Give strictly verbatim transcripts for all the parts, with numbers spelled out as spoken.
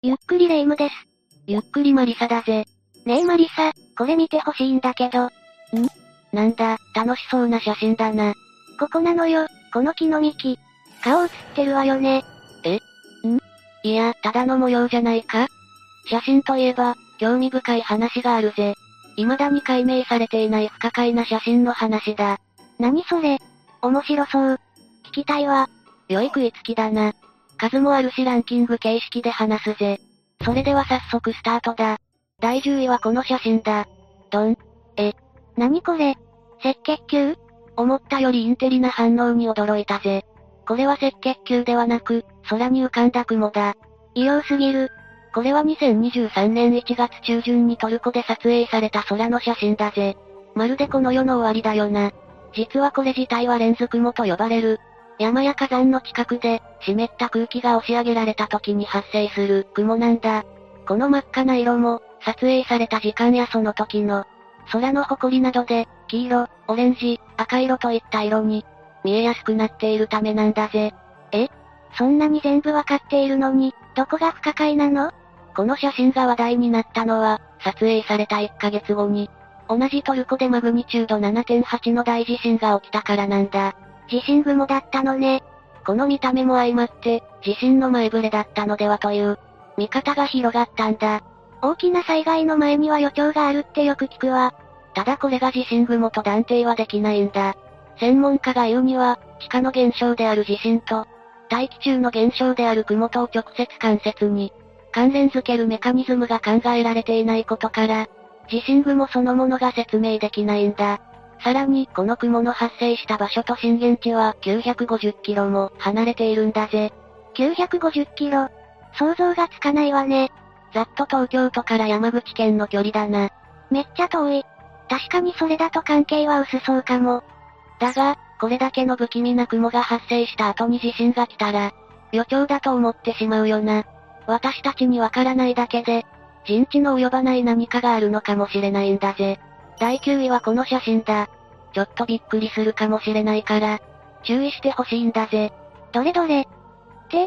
ゆっくりレ夢ムです。 ゆっくりマリサだぜ。 ねえマリサ、これ見てほしいんだけど。ん？ なんだ、楽しそうな写真だな。 ここなのよ、この木の幹。顔写ってるわよね。 え？ん？いや、ただの模様じゃないか？写真といえば、興味深い話があるぜ。未だに解明されていない不可解な写真の話だ。 何それ？面白そう。聞きたいわ。 良い食いつきだな。数もあるしランキング形式で話すぜ。それでは早速スタートだ。だいじゅういはこの写真だ。ドン。え、 何これ？赤血球？ 思ったよりインテリな反応に驚いたぜ。これは赤血球ではなく、空に浮かんだ雲だ。 異様すぎる。 これはにせんにじゅうさんねんいちがつ中旬にトルコで撮影された空の写真だぜ。まるでこの世の終わりだよな。実はこれ自体はレンズ雲と呼ばれる。山や火山の近くで、湿った空気が押し上げられた時に発生する雲なんだ。この真っ赤な色も、撮影された時間やその時の、空の埃などで、黄色、オレンジ、赤色といった色に、見えやすくなっているためなんだぜ。 え？そんなに全部わかっているのに、どこが不可解なの？ この写真が話題になったのは、撮影されたいっかげつごに、同じトルコでマグニチュード ななてんはち の大地震が起きたからなんだ。 地震雲だったのね。 この見た目も相まって、地震の前触れだったのではという、見方が広がったんだ。 大きな災害の前には予兆があるってよく聞くわ。 ただこれが地震雲と断定はできないんだ。専門家が言うには、地下の現象である地震と、大気中の現象である雲とを直接間接に、関連づけるメカニズムが考えられていないことから、地震雲そのものが説明できないんだ。さらに、この雲の発生した場所と震源地はきゅうひゃくごじゅっキロも離れているんだぜ。 きゅうひゃくごじゅっキロ。想像がつかないわね。 ざっと東京都から山口県の距離だな。 めっちゃ遠い。確かにそれだと関係は薄そうかも。 だが、これだけの不気味な雲が発生した後に地震が来たら、予兆だと思ってしまうよな。私たちにわからないだけで、人知の及ばない何かがあるのかもしれないんだぜ。だいきゅういはこの写真だ。ちょっとびっくりするかもしれないから、注意してほしいんだぜ。 どれどれ？って、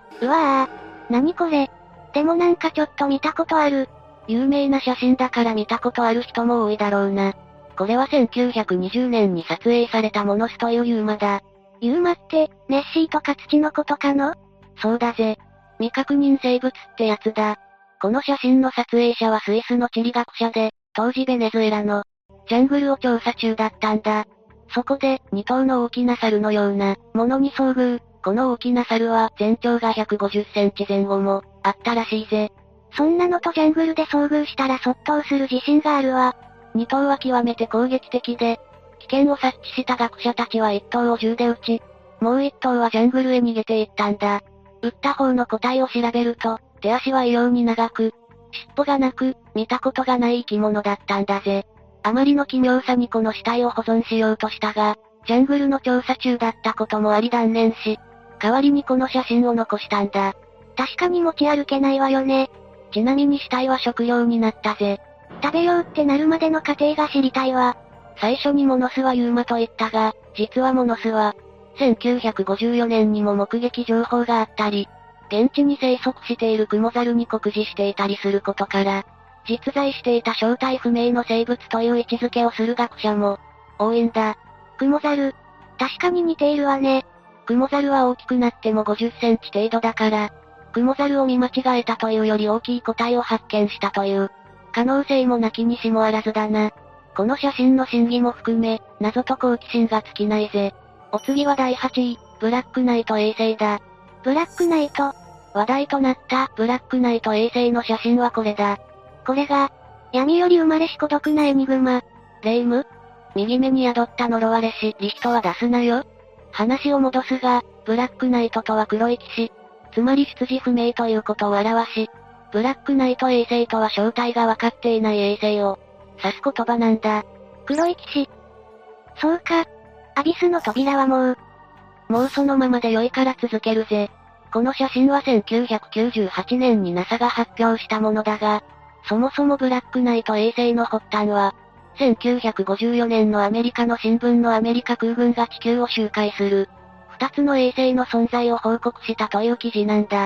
うわぁ。何これ？でもなんかちょっと見たことある。 有名な写真だから見たことある人も多いだろうな。これはせんきゅうひゃくにじゅうねんに撮影されたモノスというユーマだ。 ユーマって、ネッシーとか土のことかの？ そうだぜ。未確認生物ってやつだ。この写真の撮影者はスイスの地理学者で、当時ベネズエラのジャングルを調査中だったんだ。そこで、に頭の大きな猿のようなものに遭遇。この大きな猿は全長がひゃくごじゅっセンチ前後もあったらしいぜ。 そんなのとジャングルで遭遇したら卒倒する自信があるわ。 に頭は極めて攻撃的で、危険を察知した学者たちはいっ頭を銃で撃ち、もういっ頭はジャングルへ逃げていったんだ。撃った方の個体を調べると、手足は異様に長く、尻尾がなく、見たことがない生き物だったんだぜ。あまりの奇妙さにこの死体を保存しようとしたが、ジャングルの調査中だったこともあり断念し、代わりにこの写真を残したんだ。 確かに持ち歩けないわよね。 ちなみに死体は食料になったぜ。 食べようってなるまでの過程が知りたいわ。 最初にモノスはユーマと言ったが、実はモノスは、せんきゅうひゃくごじゅうよねんにも目撃情報があったり、現地に生息しているクモザルに酷似していたりすることから、実在していた正体不明の生物という位置づけをする学者も、多いんだ。 クモザル。確かに似ているわね。 クモザルは大きくなってもごじゅっセンチ程度だから、クモザルを見間違えたというより大きい個体を発見したという、可能性もなきにしもあらずだな。この写真の真偽も含め、謎と好奇心が尽きないぜ。お次はだいはちい、ブラックナイト衛星だ。 ブラックナイト。 話題となったブラックナイト衛星の写真はこれだ。 これが、闇より生まれし孤独なエニグマ。 レイム？右目に宿った呪われし、リヒトは出すなよ。話を戻すが、ブラックナイトとは黒い騎士。つまり出自不明ということを表し、ブラックナイト衛星とは正体がわかっていない衛星を指す言葉なんだ。 黒い騎士。そうか。アビスの扉はもう、 もうそのままで良いから続けるぜ。この写真はせんきゅうひゃくきゅうじゅうはちねんに ナサ が発表したものだが、そもそもブラックナイト衛星の発端は、せんきゅうひゃくごじゅうよねんのアメリカの新聞のアメリカ空軍が地球を周回する、二つの衛星の存在を報告したという記事なんだ。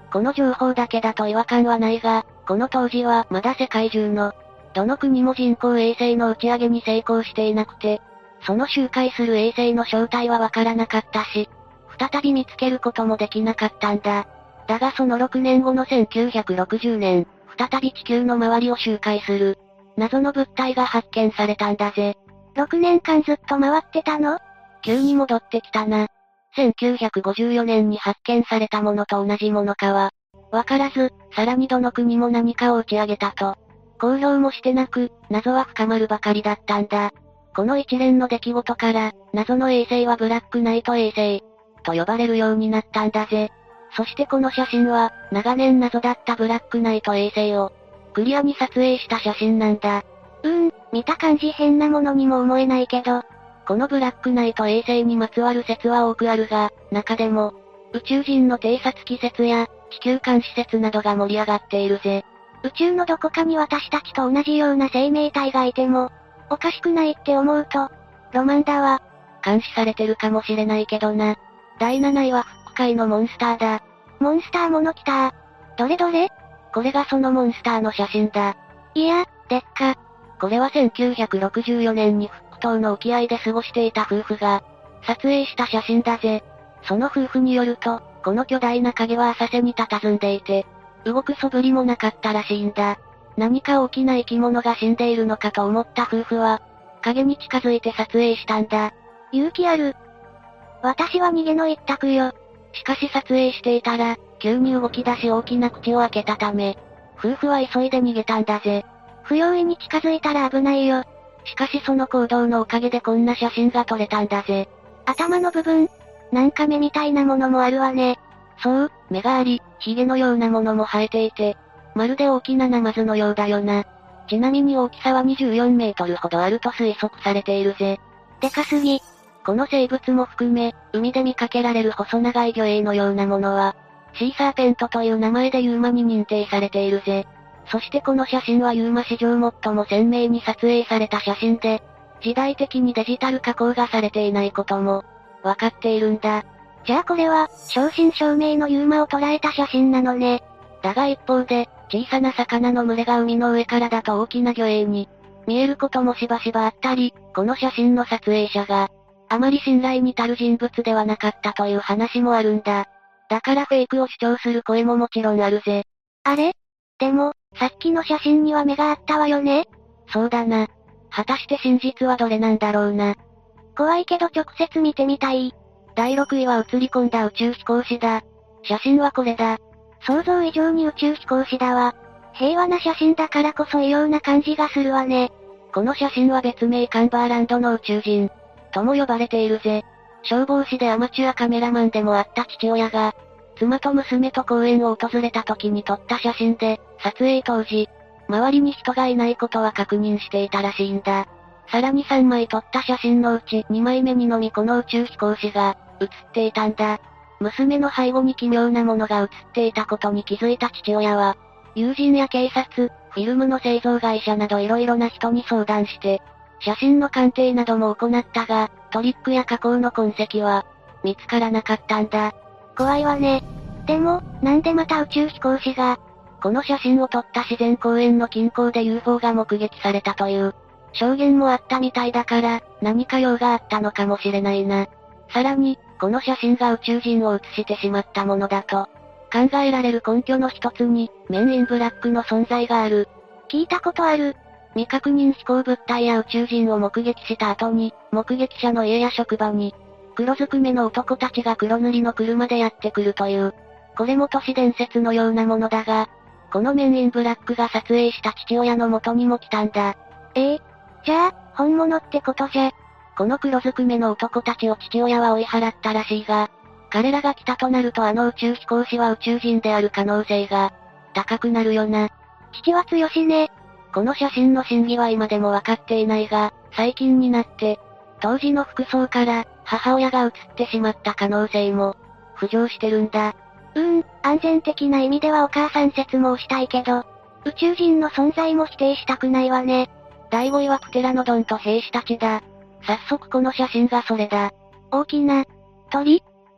この情報だけだと違和感はないが、この当時はまだ世界中の、どの国も人工衛星の打ち上げに成功していなくて、その周回する衛星の正体はわからなかったし、再び見つけることもできなかったんだ。だがそのろくねんごのせんきゅうひゃくろくじゅうねん、再び地球の周りを周回する、謎の物体が発見されたんだぜ。 ろくねんかんずっと回ってたの？ 急に戻ってきたな。せんきゅうひゃくごじゅうよねんに発見されたものと同じものかは、わからず、さらにどの国も何かを打ち上げたと。公表もしてなく、謎は深まるばかりだったんだ。この一連の出来事から、謎の衛星はブラックナイト衛星、と呼ばれるようになったんだぜ。そしてこの写真は、長年謎だったブラックナイト衛星を、クリアに撮影した写真なんだ。 うーん、見た感じ変なものにも思えないけど、 このブラックナイト衛星にまつわる説は多くあるが、中でも、宇宙人の偵察機説や、地球監視説などが盛り上がっているぜ。 宇宙のどこかに私たちと同じような生命体がいても、おかしくないって思うと、ロマンだわ。 監視されてるかもしれないけどな。だいなないはフック界のモンスターだ。 モンスターもの来た。どれどれ？ これがそのモンスターの写真だ。 いや、でっか。 これはせんきゅうひゃくろくじゅうよねんにフック島の沖合で過ごしていた夫婦が、撮影した写真だぜ。その夫婦によると、この巨大な影は浅瀬に佇んでいて、動く素振りもなかったらしいんだ。何か大きな生き物が死んでいるのかと思った夫婦は、影に近づいて撮影したんだ。 勇気ある。私は逃げの一択よ。 しかし撮影していたら、急に動き出し大きな口を開けたため、夫婦は急いで逃げたんだぜ。 不用意に近づいたら危ないよ。 しかしその行動のおかげでこんな写真が撮れたんだぜ。 頭の部分、なんか目みたいなものもあるわね。 そう、目があり、髭のようなものも生えていて、まるで大きなナマズのようだよな。ちなみに大きさはにじゅうよんメートルほどあると推測されているぜ。 でかすぎ。 この生物も含め、海で見かけられる細長い魚影のようなものは、シーサーペントという名前でユーマに認定されているぜ。そしてこの写真はユーマ史上最も鮮明に撮影された写真で、時代的にデジタル加工がされていないことも、わかっているんだ。 じゃあこれは、正真正銘のユーマを捉えた写真なのね。 だが一方で、小さな魚の群れが海の上からだと大きな魚影に、見えることもしばしばあったり、この写真の撮影者が、あまり信頼に足る人物ではなかったという話もあるんだ。だからフェイクを主張する声ももちろんあるぜ。 あれ？でも、さっきの写真には目があったわよね？ そうだな。果たして真実はどれなんだろうな。 怖いけど直接見てみたい。 だいろくいは映り込んだ宇宙飛行士だ。写真はこれだ。 想像以上に宇宙飛行士だわ。平和な写真だからこそ異様な感じがするわね。 この写真は別名カンバーランドの宇宙人、とも呼ばれているぜ。消防士でアマチュアカメラマンでもあった父親が、妻と娘と公園を訪れた時に撮った写真で、撮影当時、周りに人がいないことは確認していたらしいんだ。さらにさんまい撮った写真のうちにまいめにのみこの宇宙飛行士が、写っていたんだ。娘の背後に奇妙なものが写っていたことに気づいた父親は、友人や警察、フィルムの製造会社など色々な人に相談して、写真の鑑定なども行ったが、トリックや加工の痕跡は、見つからなかったんだ。 怖いわね。でも、なんでまた宇宙飛行士が、 この写真を撮った自然公園の近郊で ユーフォー が目撃されたという、証言もあったみたいだから、何か用があったのかもしれないな。さらに、この写真が宇宙人を写してしまったものだと、考えられる根拠の一つに、メン・イン・ブラックの存在がある。 聞いたことある。 未確認飛行物体や宇宙人を目撃した後に、目撃者の家や職場に、黒ずくめの男たちが黒塗りの車でやってくるという、これも都市伝説のようなものだが、このメン・イン・ブラックが撮影した父親の元にも来たんだ。 ええ、じゃあ、本物ってことじゃ。 この黒ずくめの男たちを父親は追い払ったらしいが、彼らが来たとなるとあの宇宙飛行士は宇宙人である可能性が、高くなるよな。 父は強しね。 この写真の真偽は今でもわかっていないが、最近になって、当時の服装から、母親が写ってしまった可能性も、浮上してるんだ。 うーん、安全的な意味ではお母さん説もしたいけど、宇宙人の存在も否定したくないわね。 だいごいはプテラノドンと兵士たちだ。早速この写真がそれだ。 大きな、鳥？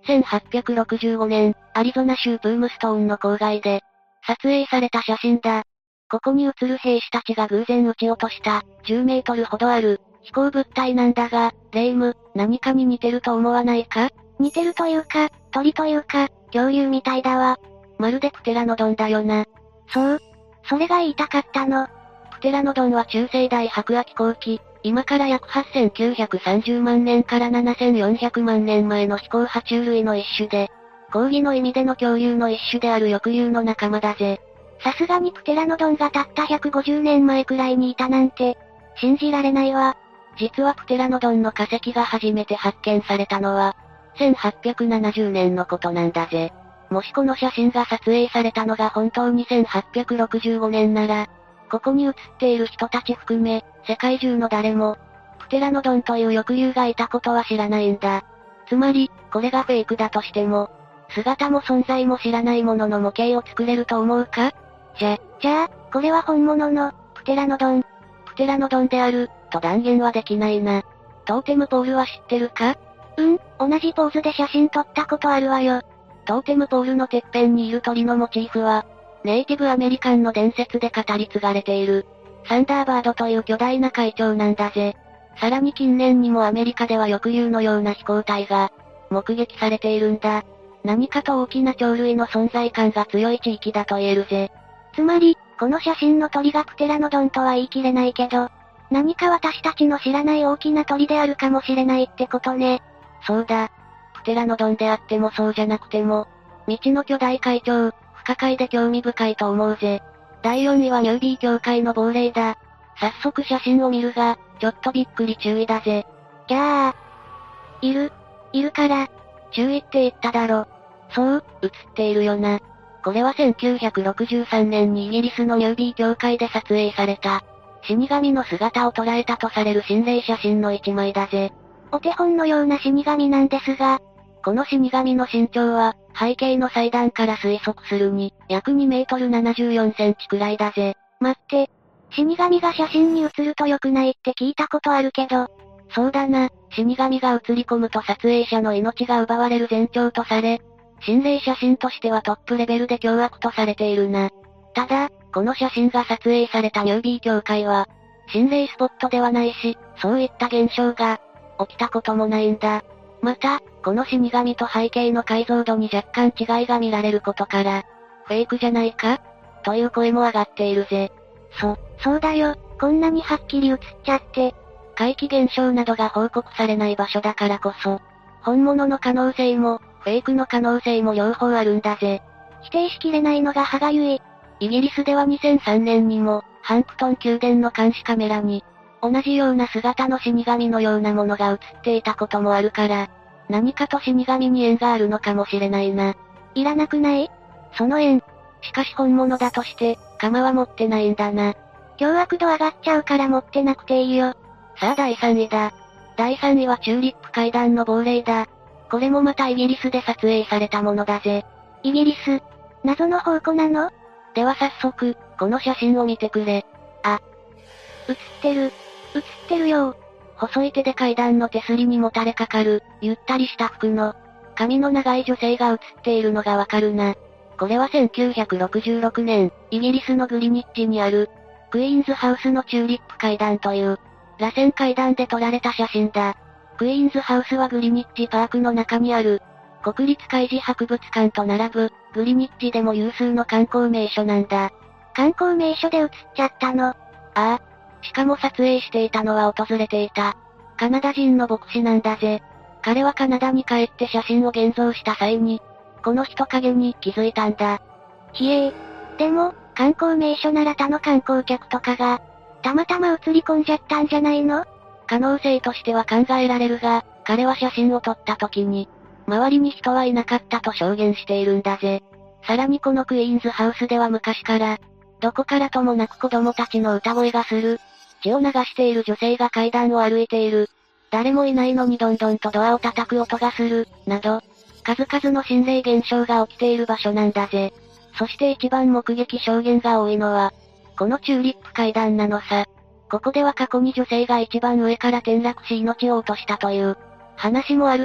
せんはっぴゃくろくじゅうごねん、アリゾナ州プームストーンの郊外で、撮影された写真だ。ここに写る兵士たちが偶然撃ち落とした、じゅうメートルほどある、飛行物体なんだが、レイム、何かに似てると思わないか？ 似てるというか、鳥というか、恐竜みたいだわ。 まるでプテラノドンだよな。 そう。それが言いたかったの。 プテラノドンは中生代白亜紀後期、今から約はっせんきゅうひゃくさんじゅうまんねんからななせんよんひゃくまんねんまえの飛行爬虫類の一種で、広義の意味での恐竜の一種である翼竜の仲間だぜ。 さすがにプテラノドンがたったひゃくごじゅうねんまえくらいにいたなんて、信じられないわ。 実はプテラノドンの化石が初めて発見されたのは、せんはっぴゃくななじゅうねんのことなんだぜ。もしこの写真が撮影されたのが本当にせんはっぴゃくろくじゅうごねんなら、ここに写っている人たち含め、世界中の誰も、プテラノドンという翼竜がいたことは知らないんだ。つまり、これがフェイクだとしても、姿も存在も知らないものの模型を作れると思うか？ じゃ、じゃあ、これは本物の、プテラノドン。 プテラノドンである、と断言はできないな。トーテムポールは知ってるか？ うん、同じポーズで写真撮ったことあるわよ。 トーテムポールのてっぺんにいる鳥のモチーフは、ネイティブアメリカンの伝説で語り継がれている、サンダーバードという巨大な怪鳥なんだぜ。さらに近年にもアメリカでは翼竜のような飛行体が、目撃されているんだ。何かと大きな鳥類の存在感が強い地域だと言えるぜ。 つまり、この写真の鳥がプテラノドンとは言い切れないけど、何か私たちの知らない大きな鳥であるかもしれないってことね。 そうだ。プテラノドンであってもそうじゃなくても、未知の巨大怪鳥、不可解で興味深いと思うぜ。だいよんいはニュービー協会の亡霊だ。早速写真を見るが、ちょっとびっくり注意だぜ。 じゃあ、いる、いるから、 注意って言っただろ。そう、映っているよな。これはせんきゅうひゃくろくじゅうさんねんにイギリスのニュービー協会で撮影された、死神の姿を捉えたとされる心霊写真の一枚だぜ。 お手本のような死神なんですが、 この死神の身長は、背景の祭壇から推測するに、約にメートルななじゅうよんセンチくらいだぜ。 待って、死神が写真に写ると良くないって聞いたことあるけど、 そうだな、死神が映り込むと撮影者の命が奪われる前兆とされ、心霊写真としてはトップレベルで凶悪とされているな。ただ、この写真が撮影されたニュービー協会は、心霊スポットではないし、そういった現象が、起きたこともないんだ。また、この死神と背景の解像度に若干違いが見られることから、フェイクじゃないか？という声も上がっているぜ。 そ、そうだよ、こんなにはっきり映っちゃって。 怪奇現象などが報告されない場所だからこそ、本物の可能性も、フェイクの可能性も両方あるんだぜ。 否定しきれないのが歯がゆい。 イギリスではにせんさんねんにも、ハンプトン宮殿の監視カメラに、同じような姿の死神のようなものが映っていたこともあるから、何かと死神に縁があるのかもしれないな。 いらなくない？ その縁。しかし本物だとして、鎌は持ってないんだな。 凶悪度上がっちゃうから持ってなくていいよ。 さあだいさんいだ。だいさんいはチューリップ階段の亡霊だ。これもまたイギリスで撮影されたものだぜ。 イギリス。謎の宝庫なの？ では早速、この写真を見てくれ。 あ。映ってる。映ってるよ。 細い手で階段の手すりにもたれかかる、ゆったりした服の、髪の長い女性が映っているのがわかるな。これはせんきゅうひゃくろくじゅうろくねん、イギリスのグリニッジにある、クイーンズハウスのチューリップ階段という、螺旋階段で撮られた写真だ。クイーンズハウスはグリニッジパークの中にある、国立海事博物館と並ぶ、グリニッジでも有数の観光名所なんだ。 観光名所で映っちゃったの。ああ。しかも撮影していたのは訪れていた、カナダ人の牧師なんだぜ。彼はカナダに帰って写真を現像した際に、この人影に気づいたんだ。 ひえー。でも、観光名所なら他の観光客とかが、たまたま映り込んじゃったんじゃないの？ 可能性としては考えられるが、彼は写真を撮った時に、周りに人はいなかったと証言しているんだぜ。さらにこのクイーンズハウスでは昔から、どこからともなく子供たちの歌声がする、血を流している女性が階段を歩いている、誰もいないのにどんどんとドアを叩く音がする、など、数々の心霊現象が起きている場所なんだぜ。そして一番目撃証言が多いのは、このチューリップ階段なのさ。ここでは過去に女性が一番上から転落し命を落としたという話もあるし、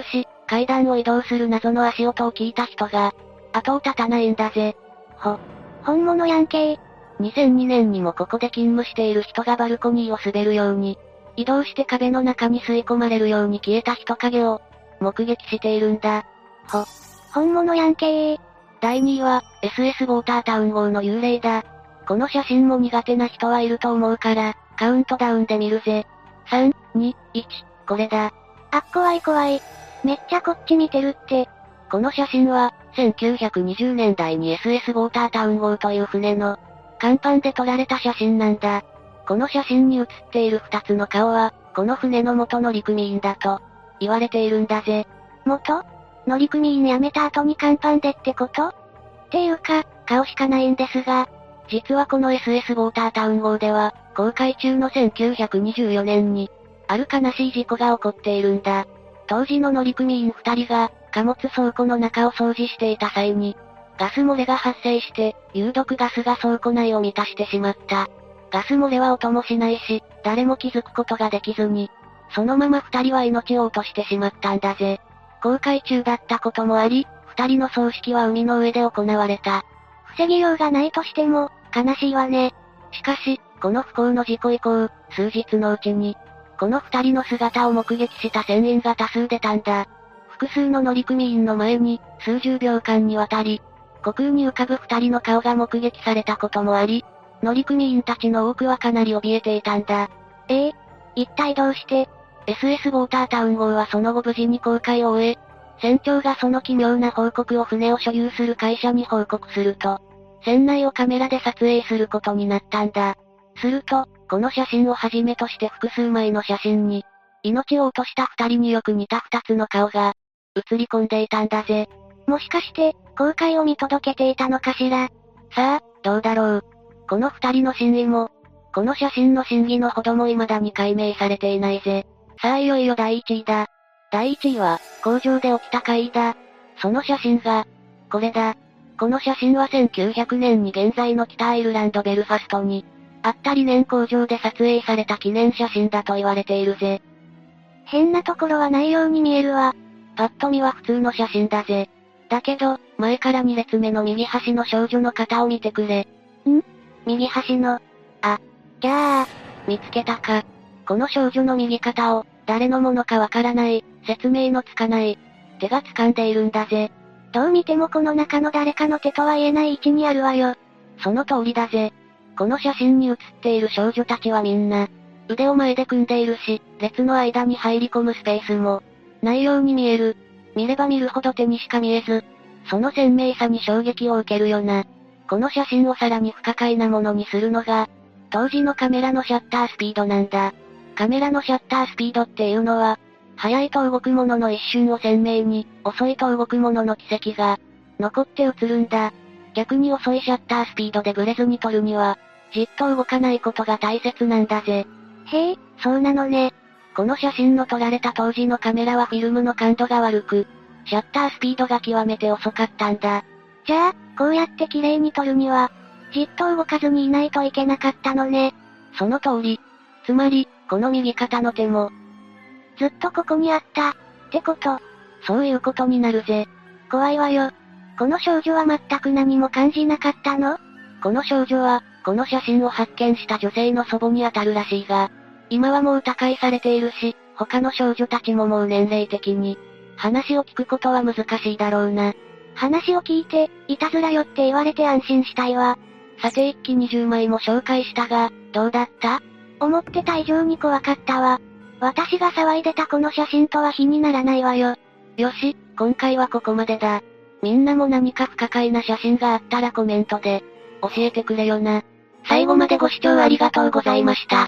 階段を移動する謎の足音を聞いた人が、後を絶たないんだぜ。 ほ、本物やんけー。 にせんにねんにもここで勤務している人がバルコニーを滑るように、移動して壁の中に吸い込まれるように消えた人影を、目撃しているんだ。 ほ、本物やんけー。 だいにいは、エスエス ウォータータウン号の幽霊だ。この写真も苦手な人はいると思うから、カウントダウンで見るぜ。さん、に、いち、これだ。 あっ怖い怖い。めっちゃこっち見てるって。 この写真は、せんきゅうひゃくにじゅうねんだいに エスエス ウォータータウン号という船の、甲板で撮られた写真なんだ。この写真に写っている二つの顔は、この船の元乗組員だと、言われているんだぜ。 元乗組員辞めた後に甲板でってこと？っていうか、顔しかないんですが。 実はこの エスエス ウォータータウン号では、航海中のせんきゅうひゃくにじゅうよねんに、ある悲しい事故が起こっているんだ。当時の乗組員二人が、貨物倉庫の中を掃除していた際に、ガス漏れが発生して、有毒ガスが倉庫内を満たしてしまった。ガス漏れは音もしないし、誰も気づくことができずに、そのまま二人は命を落としてしまったんだぜ。航海中だったこともあり、二人の葬式は海の上で行われた。 防ぎようがないとしても、悲しいわね。 しかし、この不幸の事故以降、数日のうちに、この二人の姿を目撃した船員が多数出たんだ。複数の乗組員の前に、数十秒間にわたり、虚空に浮かぶ二人の顔が目撃されたこともあり、乗組員たちの多くはかなり怯えていたんだ。 ええ、一体どうして？ エスエス ウォータータウン号はその後無事に航海を終え、船長がその奇妙な報告を船を所有する会社に報告すると、船内をカメラで撮影することになったんだ。すると、この写真をはじめとして複数枚の写真に、命を落とした二人によく似た二つの顔が、映り込んでいたんだぜ。 もしかして、公開を見届けていたのかしら？ さあ、どうだろう。この二人の真意も、この写真の真偽のほども未だに解明されていないぜ。さあいよいよだいいちいだ。だいいちいは、工場で起きた怪異だ。その写真が、これだ。この写真はせんきゅうひゃくねんに現在の北アイルランドベルファストに、あったリネン工場で撮影された記念写真だと言われているぜ。 変なところはないように見えるわ。 パッと見は普通の写真だぜ。だけど、前からに列目の右端の少女の肩を見てくれ。 ん？右端の。あ、じゃあ、 見つけたか。この少女の右肩を、誰のものかわからない、説明のつかない、手が掴んでいるんだぜ。 どう見てもこの中の誰かの手とは言えない位置にあるわよ。 その通りだぜ。この写真に写っている少女たちはみんな、腕を前で組んでいるし、列の間に入り込むスペースも、ないように見える。見れば見るほど手にしか見えず、その鮮明さに衝撃を受けるよな。この写真をさらに不可解なものにするのが、当時のカメラのシャッタースピードなんだ。カメラのシャッタースピードっていうのは、速いと動くものの一瞬を鮮明に、遅いと動くものの軌跡が、残って映るんだ。逆に遅いシャッタースピードでブレずに撮るには、じっと動かないことが大切なんだぜ。 へえ、そうなのね。 この写真の撮られた当時のカメラはフィルムの感度が悪く、シャッタースピードが極めて遅かったんだ。 じゃあ、こうやって綺麗に撮るには、じっと動かずにいないといけなかったのね。 その通り。つまり、この右肩の手も、 ずっとここにあった、ってこと。 そういうことになるぜ。 怖いわよ。この少女は全く何も感じなかったの？ この少女は、この写真を発見した女性の祖母にあたるらしいが、今はもう他界されているし、他の少女たちももう年齢的に、話を聞くことは難しいだろうな。 話を聞いて、いたずらよって言われて安心したいわ。 さて一気にじゅうまいも紹介したが、どうだった？ 思ってた以上に怖かったわ。私が騒いでたこの写真とは比にならないわよ。 よし、今回はここまでだ。みんなも何か不可解な写真があったらコメントで、教えてくれよな。最後までご視聴ありがとうございました。